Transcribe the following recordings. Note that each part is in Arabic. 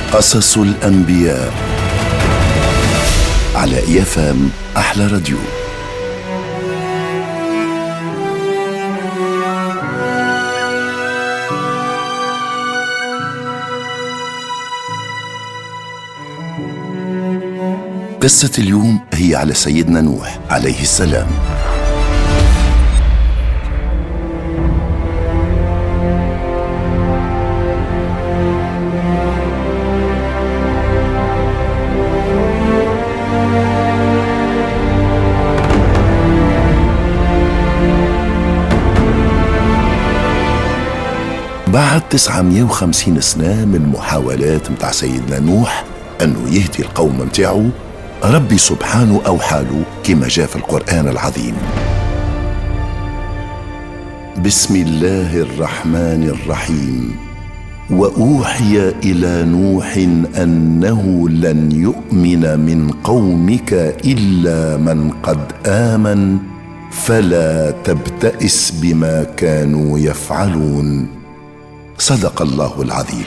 قصص الأنبياء على إيفام أحلى راديو. قصة اليوم هي على سيدنا نوح عليه السلام. بعد 950 سنة من محاولات متاع سيدنا نوح أنه يهدي القوم متاعه، ربي سبحانه أوحاله كما جاء في القرآن العظيم: بسم الله الرحمن الرحيم، وأوحي إلى نوح أنه لن يؤمن من قومك إلا من قد آمن فلا تبتئس بما كانوا يفعلون. صدق الله العظيم.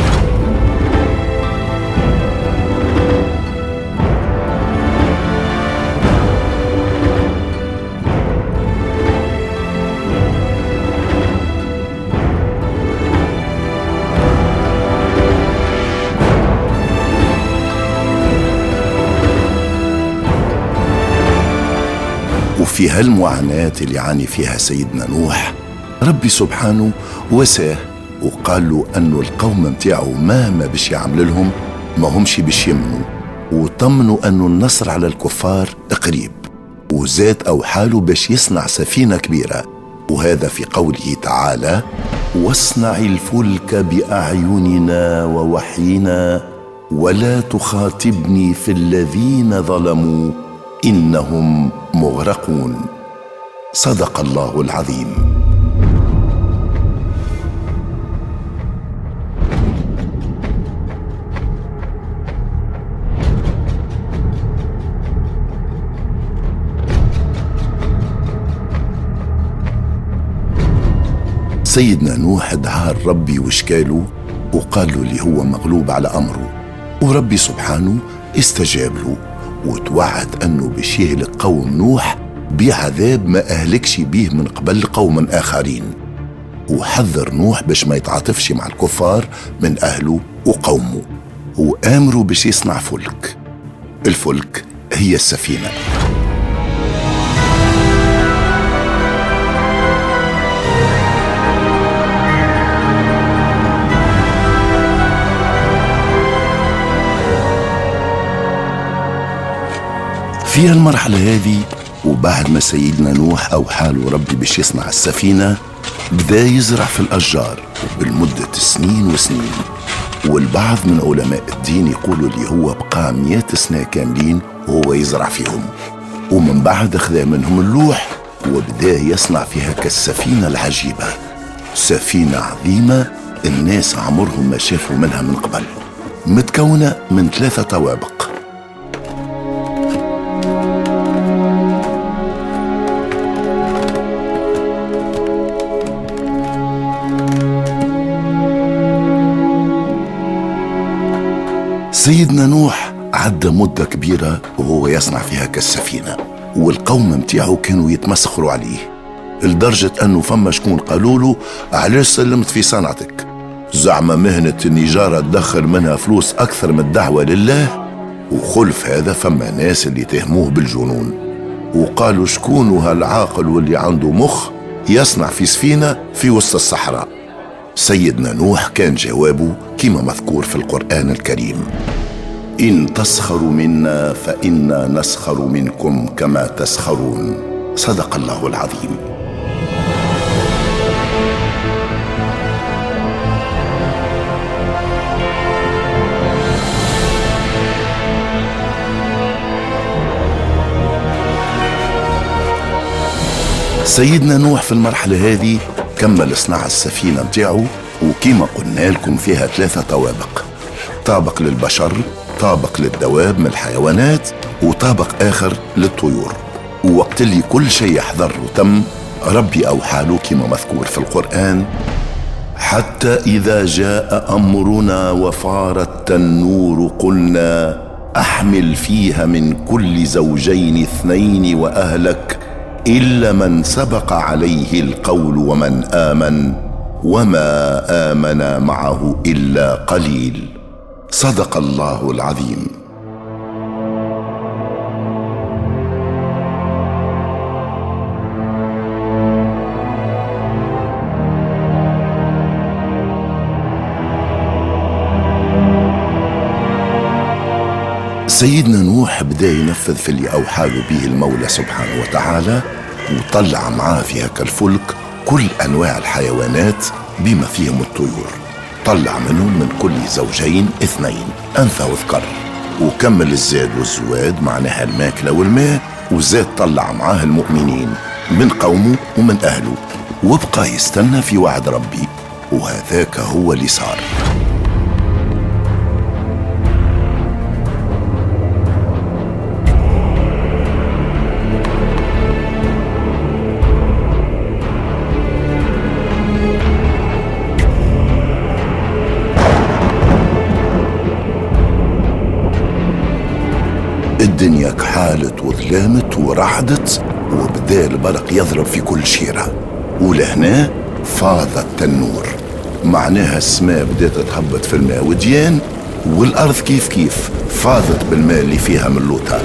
وفي هالمعاناة اللي يعاني فيها سيدنا نوح، ربي سبحانه وساه وقال له أنه القوم متاعه ما باش يعمل لهم، ما همش باش يمنوا، وطمنوا أنه النصر على الكفار قريب، وزاد أوحاله باش يصنع سفينة كبيرة، وهذا في قوله تعالى: واصنع الفلك بأعيننا ووحينا ولا تخاطبني في الذين ظلموا إنهم مغرقون. صدق الله العظيم. سيدنا نوح دعا ربي وشكاله وقال له اللي هو مغلوب على أمره، وربي سبحانه استجاب له وتوعد أنه باش يهلك قوم نوح بعذاب ما أهلكش به من قبل قوم آخرين، وحذر نوح باش ما يتعاطفش مع الكفار من أهله وقومه، وآمره باش يصنع فلك. الفلك هي السفينة. في المرحلة هذه وبعد ما سيدنا نوح أوحاله ربي باش يصنع السفينة، بدا يزرع في الأشجار بالمدة سنين وسنين، والبعض من علماء الدين يقولوا اللي هو بقى 100 سنة كاملين وهو يزرع فيهم، ومن بعد أخذ منهم اللوح وبدا يصنع فيها كالسفينة العجيبة، سفينة عظيمة الناس عمرهم ما شافوا منها من قبل، متكونة من 3 طوابق. سيدنا نوح عدى مدة كبيرة وهو يصنع فيها كالسفينة، والقوم متاعه كانوا يتمسخروا عليه لدرجة أنه فما شكون قالوا له: علاش سلمت في صنعتك؟ زعما مهنة النجارة تدخل منها فلوس أكثر من الدعوة لله؟ وخلف هذا فما ناس اللي تهموه بالجنون، وقالوا شكون هالعاقل واللي عنده مخ يصنع في سفينة في وسط الصحراء؟ سيدنا نوح كان جوابه كما مذكور في القرآن الكريم: إن تسخروا منا فإنا نسخر منكم كما تسخرون. صدق الله العظيم. سيدنا نوح في المرحلة هذه كمل صناعة السفينة متاعه، وكما قلنا لكم فيها 3 طوابق: طابق للبشر، طابق للدواب من الحيوانات، وطابق آخر للطيور. ووقت اللي كل شيء يحضر وتم، ربي أوحاله كما مذكور في القرآن: حتى إذا جاء أمرنا وفار التنور قلنا أحمل فيها من كل زوجين 2 وأهلك إلا من سبق عليه القول ومن آمن وما آمن معه إلا قليل. صدق الله العظيم. سيدنا نوح بدا ينفذ في اللي أوحى به المولى سبحانه وتعالى، وطلع معاه في هكا الفلك كل أنواع الحيوانات بما فيهم الطيور. طلع منهم من كل زوجين 2 أنثى وذكر، وكمل الزاد والزواد معناها الماكلة والماء، وزاد طلع معاه المؤمنين من قومه ومن أهله، وبقى يستنى في وعد ربي، وهذاك هو اللي صار. الدنيا كحالت وظلامت ورعدت، وبدا البرق يضرب في كل شيرة، ولهنا فاض التنور، معناها السماء بدات تهبط في الماء وديان، والأرض كيف كيف فاضت بالماء اللي فيها من لوطها.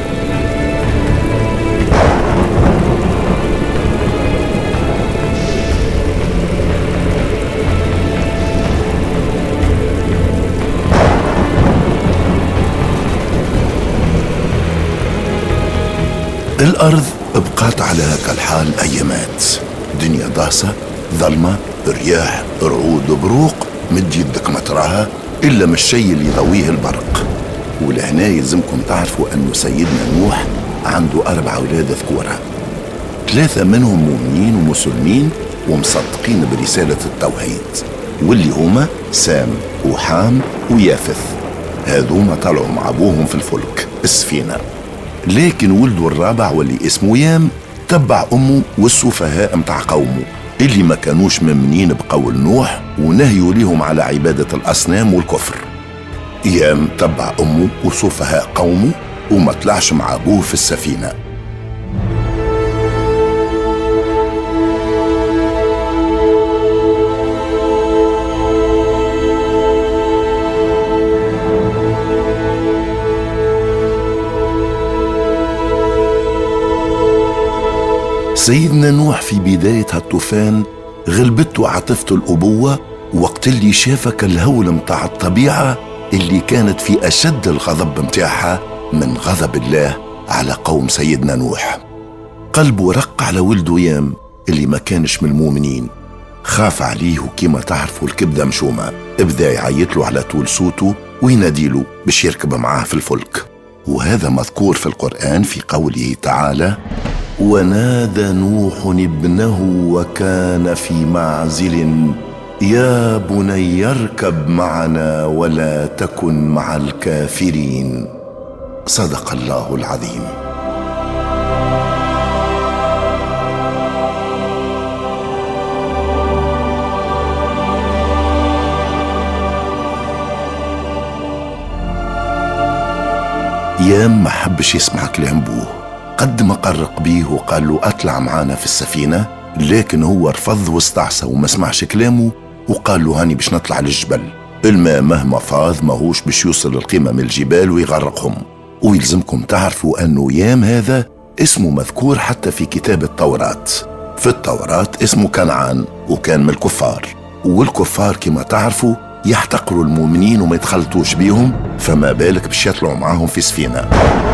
الأرض بقات على هكا الحال أيامات، دنيا ضاسة ظلمة، رياح، رعود وبروق، مد يدك ما تراها إلا من الشيء اللي يضويه البرق. ولهنا يلزمكم تعرفوا أنه سيدنا نوح عنده 4 أولاد ذكورة، 3 منهم مؤمنين ومسلمين ومصدقين برسالة التوحيد، واللي هما سام وحام ويافث. هذوما طلعوا مع أبوهم في الفلك السفينة، لكن ولده الرابع واللي اسمه يام تبع أمه والسفهاء متاع قومه اللي ما كانوش مؤمنين بقول نوح، ونهيوا ليهم على عبادة الأصنام والكفر. يام تبع أمه وسفهاء قومه وما طلعش مع أبوه في السفينة. سيدنا نوح في بداية هالطوفان غلبته عاطفته الأبوة، وقت اللي شافك الهول متاع الطبيعة اللي كانت في أشد الغضب متاعها من غضب الله على قوم سيدنا نوح. قلبه رق على ولده يام اللي ما كانش من المؤمنين، خاف عليه، وكما تعرفوا الكبدة مشومة، ابدأ يعيط له على طول صوته ويناديله باش يركب معاه في الفلك. وهذا مذكور في القرآن في قوله تعالى: ونادى نوح ابنه وكان في معزل يا بني اركب معنا ولا تكن مع الكافرين. صدق الله العظيم. يام ما حبش يسمع كلام بوه، قد ما قرق بيه وقال له اطلع معانا في السفينة، لكن هو رفض واستعصى وما سمعش كلامه، وقال له هاني باش نطلع للجبل، الماء مهما فاض ماهوش باش يوصل لقمم الجبال ويغرقهم. ويلزمكم تعرفوا أنه يام هذا اسمه مذكور حتى في كتاب التوراة. في التوراة اسمه كنعان، وكان من الكفار، والكفار كما تعرفوا يحتقروا المؤمنين وما يتخلطوش بيهم، فما بالك باش يطلعوا معاهم في سفينة.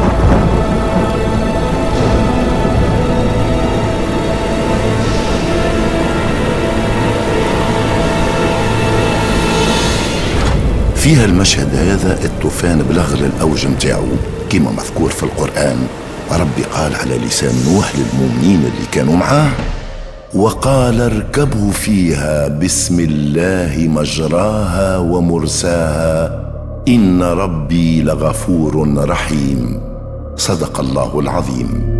فيها المشهد هذا الطوفان بلغ للأوج متاعه كما مذكور في القرآن. ربي قال على لسان نوح للمؤمنين اللي كانوا معاه: وقال اركبوا فيها بسم الله مجراها ومرساها إن ربي لغفور رحيم. صدق الله العظيم.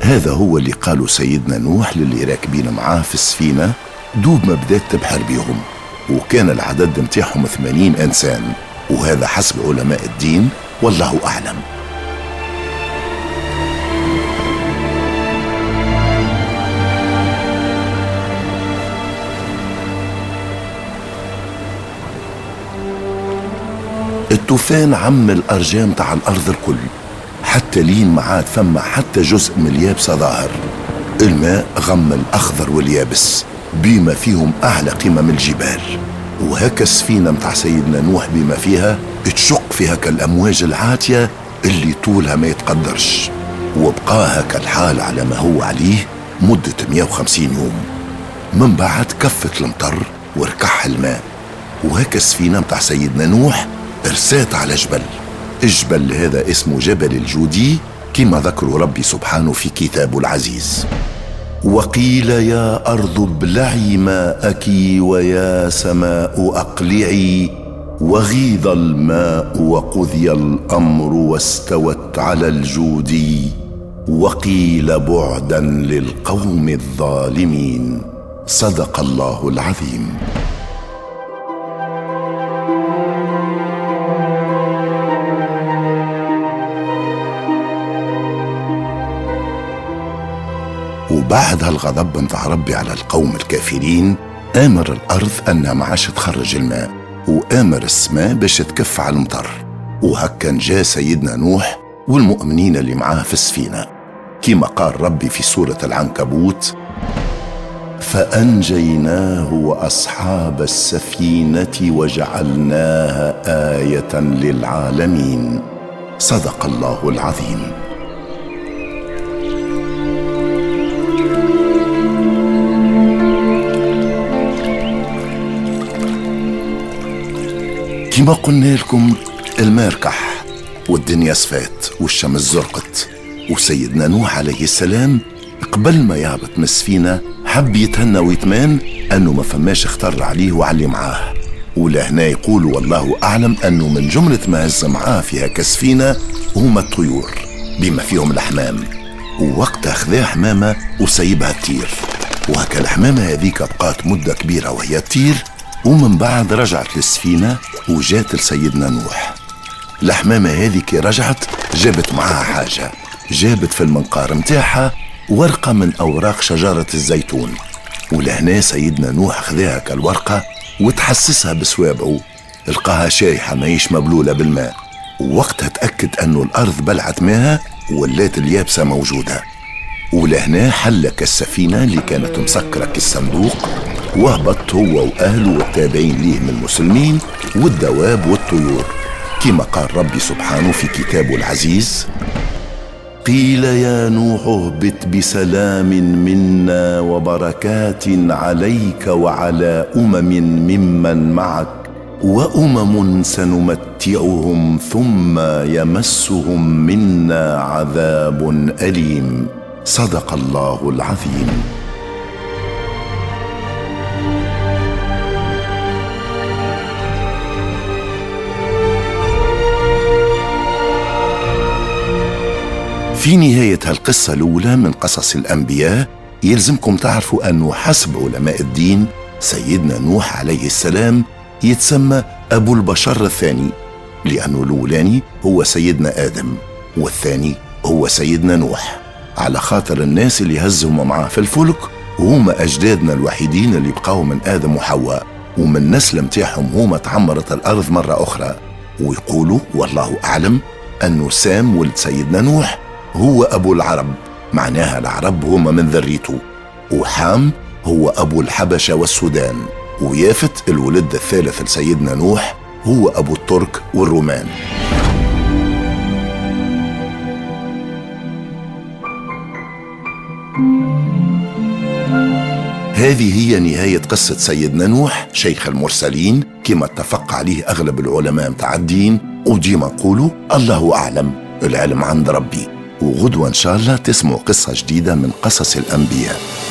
هذا هو اللي قالوا سيدنا نوح للي راكبين معاه في السفينة دوب ما بدات تبحر بيهم، وكان العدد متاعهم 80 إنسان، وهذا حسب علماء الدين والله أعلم. الطوفان عم الأرجام تاع الأرض الكل، حتى لين ما عاد ثم حتى جزء من اليابسة ظاهر. الماء غم الأخضر واليابس بما فيهم أعلى قمم الجبال، وهكا السفينة متاع سيدنا نوح بما فيها تشق في هكا الأمواج العاتية اللي طولها ما يتقدرش، وبقى هكا الحال على ما هو عليه مدة 150 يوم. من بعد كفت المطر وركح الماء، وهكا السفينة متاع سيدنا نوح ارسات على جبل. الجبل هذا اسمه جبل الجودي كما ذكر ربي سبحانه في كتابه العزيز. وقيل يا أرض ابلعي ماءك ويا سماء أقلعي، وغيض الماء وقضي الأمر واستوت على الجودي، وقيل بعدا للقوم الظالمين. صدق الله العظيم. وبعد هالغضب متاع ربي على القوم الكافرين، آمر الأرض أنها ما عادش تخرج الماء، وآمر السماء باش تكف على المطر. وهكا جاء سيدنا نوح والمؤمنين اللي معاه في السفينة كما قال ربي في سورة العنكبوت: فأنجيناه وأصحاب السفينة وجعلناها آية للعالمين. صدق الله العظيم. كما قلنا لكم الماء ركح والدنيا صفات والشمس زرقت، وسيدنا نوح عليه السلام قبل ما يهبط من السفينة حب يتهنى ويتمان أنه ما فماش اختر عليه وعلي معاه. ولهنا يقول والله أعلم أنه من جملة ما هز معاه فيها كسفينة هما الطيور بما فيهم الحمام، ووقتها خذا حمامة وسيبها تطير، وهكا الحمامة هذيك بقات مدة كبيرة وهي تطير، ومن بعد رجعت للسفينة وجات لسيدنا نوح. الحمامة هذيك رجعت جابت معها حاجة، جابت في المنقار متاعها ورقة من أوراق شجرة الزيتون، ولهنا سيدنا نوح خذاها كالورقة وتحسسها بسوابعه، لقاها شايحة ماهيش مبلولة بالماء، ووقتها تأكد أنه الأرض بلعت ماها ولات اليابسة موجودة. ولهنا حلك السفينة اللي كانت مسكرة كالصندوق، وهبط هو وأهله والتابعين ليه من المسلمين والدواب والطيور، كما قال ربي سبحانه في كتابه العزيز: قيل يا نوح اهبط بسلام منا وبركات عليك وعلى ممن معك وأمم سنمتعهم ثم يمسهم منا عذاب أليم. صدق الله العظيم. في نهاية هالقصة الأولى من قصص الأنبياء يلزمكم تعرفوا أنه حسب علماء الدين سيدنا نوح عليه السلام يتسمى أبو البشر الثاني، لأنه الأولاني هو سيدنا آدم والثاني هو سيدنا نوح، على خاطر الناس اللي هزهم معاه في الفلك وهم أجدادنا الوحيدين اللي بقاوا من آدم وحواء، ومن نسل متاعهم هما تعمرت الأرض مرة أخرى. ويقولوا والله أعلم أنه سام ولد سيدنا نوح هو أبو العرب، معناها العرب هما من ذريته، وحام هو أبو الحبشة والسودان، ويافت الولد الثالث لسيدنا نوح هو أبو الترك والرومان. هذه هي نهاية قصة سيدنا نوح شيخ المرسلين كما اتفق عليه أغلب العلماء متاع الدين، وديما نقولوا الله أعلم، العلم عند ربي. وغدوة إن شاء الله تسمعوا قصة جديدة من قصص الأنبياء.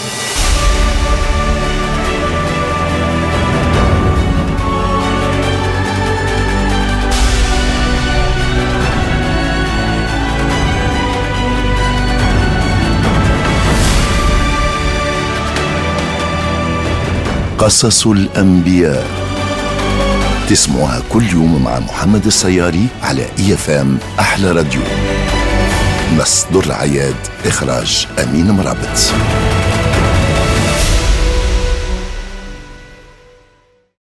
قصص الأنبياء، تسمعوها كل يوم مع محمد السياري على EFM أحلى راديو. نص در عياد، إخراج أمين مرابط.